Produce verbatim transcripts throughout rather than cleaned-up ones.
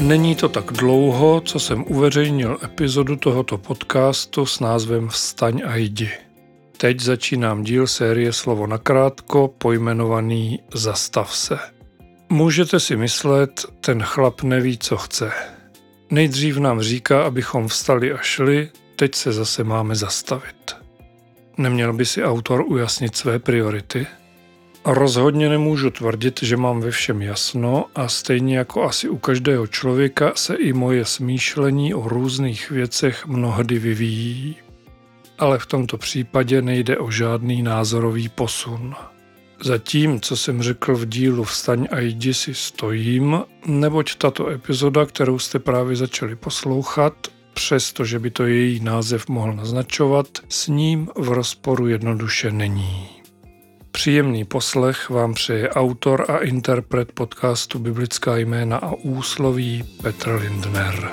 Není to tak dlouho, co jsem uveřejnil epizodu tohoto podcastu s názvem Vstaň a jdi. Teď začínám díl série Slovo nakrátko, pojmenovaný Zastav se. Můžete si myslet, ten chlap neví, co chce. Nejdřív nám říká, abychom vstali a šli, teď se zase máme zastavit. Neměl by si autor ujasnit své priority? Rozhodně nemůžu tvrdit, že mám ve všem jasno a stejně jako asi u každého člověka se i moje smýšlení o různých věcech mnohdy vyvíjí. Ale v tomto případě nejde o žádný názorový posun. Za tím, co jsem řekl v dílu Vstaň a jdi, si stojím, neboť tato epizoda, kterou jste právě začali poslouchat, přestože by to její název mohl naznačovat, s ním v rozporu jednoduše není. Příjemný poslech vám přeje autor a interpret podcastu Biblická jména a úsloví Petr Lindner.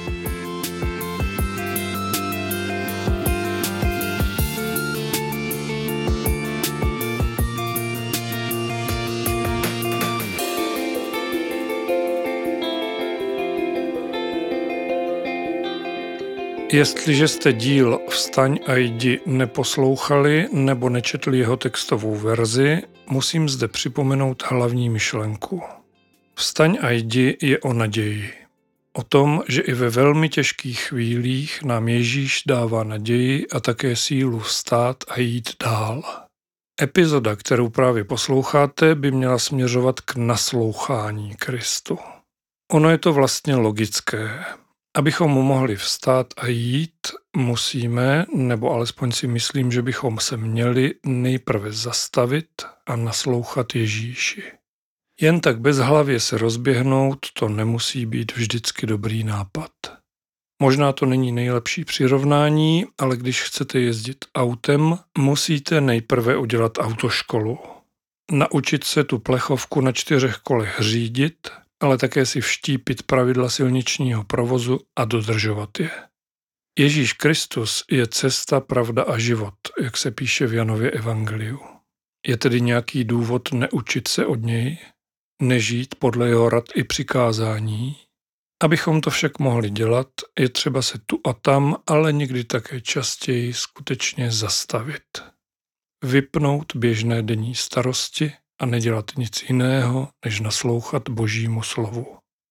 Jestliže jste díl Vstaň a jdi neposlouchali nebo nečetli jeho textovou verzi, musím zde připomenout hlavní myšlenku. Vstaň a jdi je o naději. O tom, že i ve velmi těžkých chvílích nám Ježíš dává naději a také sílu vstát a jít dál. Epizoda, kterou právě posloucháte, by měla směřovat k naslouchání Kristu. Ono je to vlastně logické. Abychom mohli vstát a jít, musíme, nebo alespoň si myslím, že bychom se měli nejprve zastavit a naslouchat Ježíši. Jen tak bezhlavě se rozběhnout, to nemusí být vždycky dobrý nápad. Možná to není nejlepší přirovnání, ale když chcete jezdit autem, musíte nejprve udělat autoškolu. Naučit se tu plechovku na čtyřech kolech řídit, ale také si vštípit pravidla silničního provozu a dodržovat je. Ježíš Kristus je cesta, pravda a život, jak se píše v Janově evangeliu. Je tedy nějaký důvod neučit se od něj, nežít podle jeho rad i přikázání? Abychom to však mohli dělat, je třeba se tu a tam, ale někdy také častěji skutečně zastavit. Vypnout běžné denní starosti a nedělat nic jiného, než naslouchat Božímu slovu.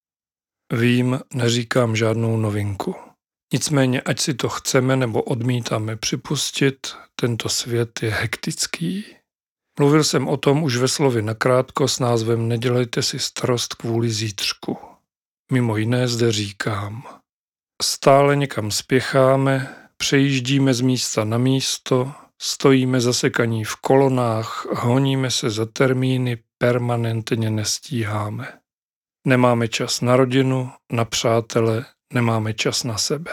Vím, neříkám žádnou novinku. Nicméně, ať si to chceme nebo odmítáme připustit, tento svět je hektický. Mluvil jsem o tom už ve slově nakrátko s názvem Nedělejte si starost kvůli zítřku. Mimo jiné zde říkám. Stále někam spěcháme, přejíždíme z místa na místo, stojíme zasekaní v kolonách, honíme se za termíny, permanentně nestíháme. Nemáme čas na rodinu, na přátele, nemáme čas na sebe.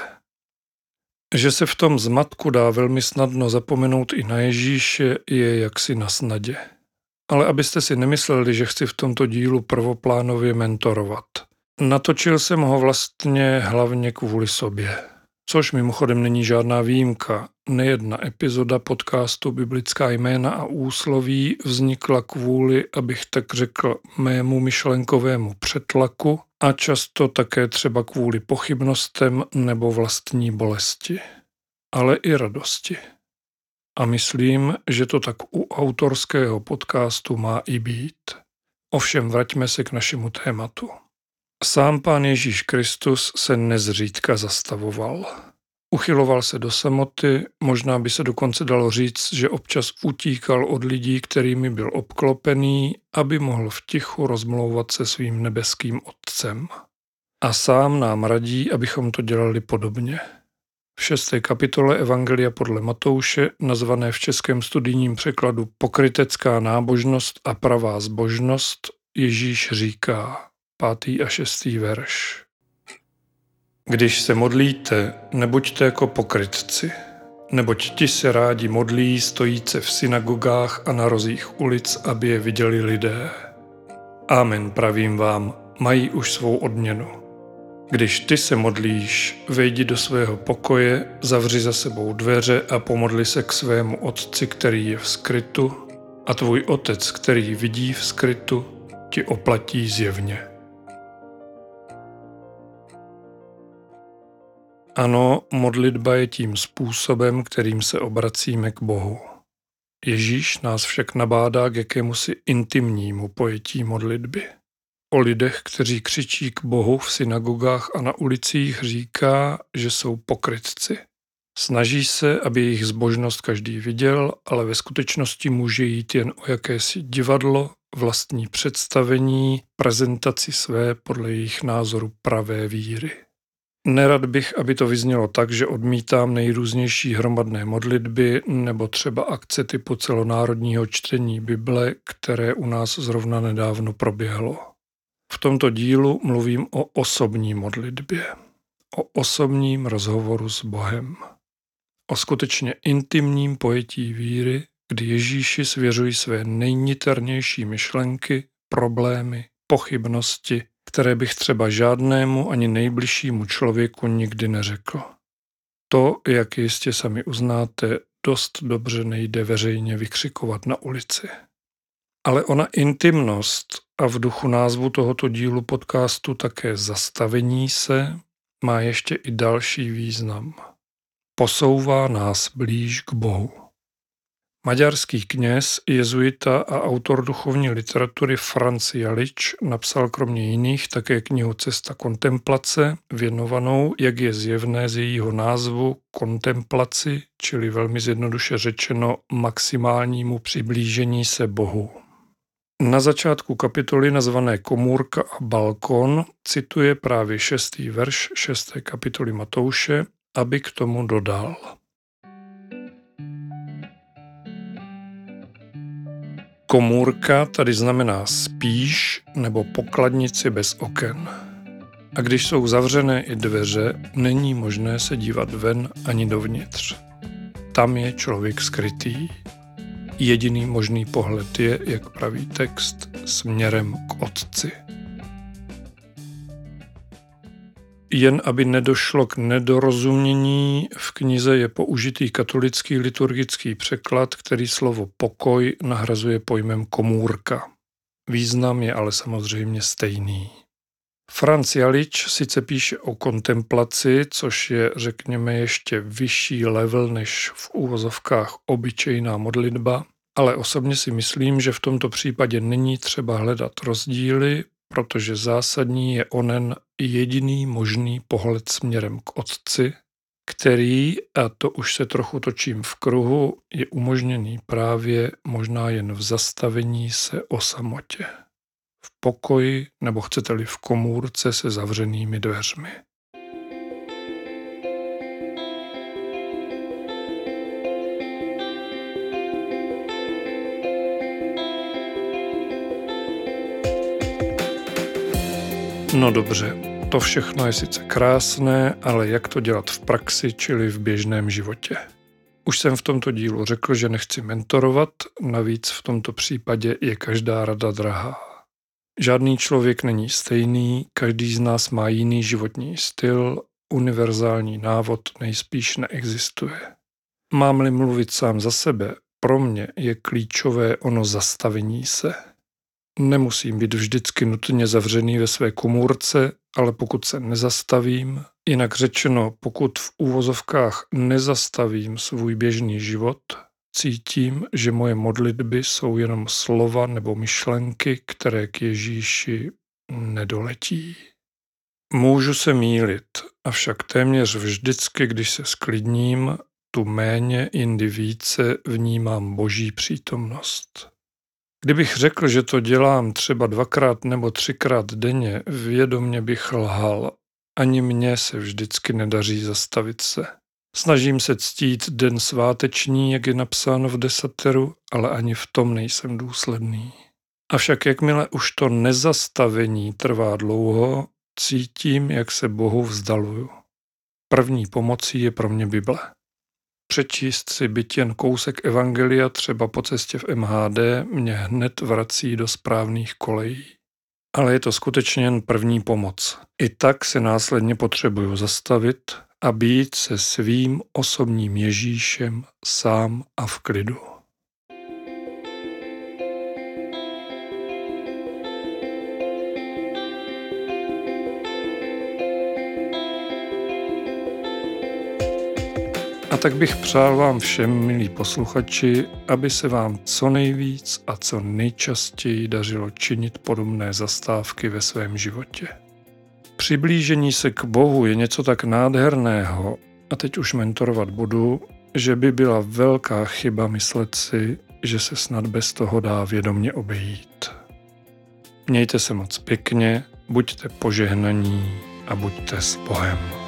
Že se v tom zmatku dá velmi snadno zapomenout i na Ježíše, je jaksi na snadě. Ale abyste si nemysleli, že chci v tomto dílu prvoplánově mentorovat. Natočil jsem ho vlastně hlavně kvůli sobě. Což mimochodem není žádná výjimka. Nejedna epizoda podcastu Biblická jména a úsloví vznikla kvůli, abych tak řekl, mému myšlenkovému přetlaku a často také třeba kvůli pochybnostem nebo vlastní bolesti. Ale i radosti. A myslím, že to tak u autorského podcastu má i být. Ovšem vraťme se k našemu tématu. Sám Pán Ježíš Kristus se nezřídka zastavoval. Uchyloval se do samoty, možná by se dokonce dalo říct, že občas utíkal od lidí, kterými byl obklopený, aby mohl v tichu rozmlouvat se svým nebeským Otcem. A sám nám radí, abychom to dělali podobně. V šesté kapitole Evangelia podle Matouše, nazvané v českém studijním překladu Pokrytecká nábožnost a pravá zbožnost, Ježíš říká, pátý a šestý verš. Když se modlíte, nebuďte jako pokrytci, neboť ti se rádi modlí stojíce v synagogách a na rozích ulic, aby je viděli lidé. Amen, pravím vám, mají už svou odměnu. Když ty se modlíš, vejdi do svého pokoje, zavři za sebou dveře a pomodli se k svému Otci, který je v skrytu, a tvůj Otec, který vidí v skrytu, ti oplatí zjevně. Ano, modlitba je tím způsobem, kterým se obracíme k Bohu. Ježíš nás však nabádá k jakémusi intimnímu pojetí modlitby. O lidech, kteří křičí k Bohu v synagogách a na ulicích, říká, že jsou pokrytci. Snaží se, aby jejich zbožnost každý viděl, ale ve skutečnosti může jít jen o jakési divadlo, vlastní představení, prezentaci své podle jejich názoru pravé víry. Nerad bych, aby to vyznělo tak, že odmítám nejrůznější hromadné modlitby nebo třeba akce typu celonárodního čtení Bible, které u nás zrovna nedávno proběhlo. V tomto dílu mluvím o osobní modlitbě, o osobním rozhovoru s Bohem, o skutečně intimním pojetí víry, kdy Ježíši svěřují své nejniternější myšlenky, problémy, pochybnosti, které bych třeba žádnému ani nejbližšímu člověku nikdy neřekl. To, jak jistě sami uznáte, dost dobře nejde veřejně vykřikovat na ulici. Ale ona intimnost a v duchu názvu tohoto dílu podcastu také zastavení se má ještě i další význam. Posouvá nás blíž k Bohu. Maďarský kněz, jezuita a autor duchovní literatury Franz Jalič napsal kromě jiných také knihu Cesta kontemplace, věnovanou, jak je zjevné z jejího názvu, kontemplaci, čili velmi zjednoduše řečeno maximálnímu přiblížení se Bohu. Na začátku kapitoly nazvané Komůrka a balkon cituje právě šestý verš šesté kapitoly Matouše, aby k tomu dodal. Komůrka tady znamená spíš nebo pokladnici bez oken. A když jsou zavřené i dveře, není možné se dívat ven ani dovnitř. Tam je člověk skrytý. Jediný možný pohled je, jak praví text, směrem k Otci. Jen aby nedošlo k nedorozumění, v knize je použitý katolický liturgický překlad, který slovo pokoj nahrazuje pojmem komůrka. Význam je ale samozřejmě stejný. Franz Jalič sice píše o kontemplaci, což je, řekněme, ještě vyšší level než v úvozovkách obyčejná modlitba, ale osobně si myslím, že v tomto případě není třeba hledat rozdíly, protože zásadní je onen jediný možný pohled směrem k Otci, který, a to už se trochu točím v kruhu, je umožněný právě možná jen v zastavení se o samotě. V pokoji, nebo chcete-li v komůrce se zavřenými dveřmi. No dobře, to všechno je sice krásné, ale jak to dělat v praxi, čili v běžném životě? Už jsem v tomto dílu řekl, že nechci mentorovat, navíc v tomto případě je každá rada drahá. Žádný člověk není stejný, každý z nás má jiný životní styl, univerzální návod nejspíš neexistuje. Mám-li mluvit sám za sebe, pro mě je klíčové ono zastavení se. Nemusím být vždycky nutně zavřený ve své komůrce, ale pokud se nezastavím, jinak řečeno, pokud v úvozovkách nezastavím svůj běžný život, cítím, že moje modlitby jsou jenom slova nebo myšlenky, které k Ježíši nedoletí. Můžu se mýlit, avšak téměř vždycky, když se sklidním, tu méně, jindy více vnímám Boží přítomnost. Kdybych řekl, že to dělám třeba dvakrát nebo třikrát denně, vědomě bych lhal. Ani mně se vždycky nedaří zastavit se. Snažím se ctít den sváteční, jak je napsáno v desateru, ale ani v tom nejsem důsledný. Avšak jakmile už to nezastavení trvá dlouho, cítím, jak se Bohu vzdaluju. První pomocí je pro mě Bible. Přečíst si byť jen kousek evangelia třeba po cestě v M H D mě hned vrací do správných kolejí. Ale je to skutečně jen první pomoc. I tak se následně potřebuju zastavit a být se svým osobním Ježíšem sám a v klidu. A tak bych přál vám všem, milí posluchači, aby se vám co nejvíc a co nejčastěji dařilo činit podobné zastávky ve svém životě. Přiblížení se k Bohu je něco tak nádherného, a teď už mentorovat budu, že by byla velká chyba myslet si, že se snad bez toho dá vědomě obejít. Mějte se moc pěkně, buďte požehnaní a buďte s Bohem.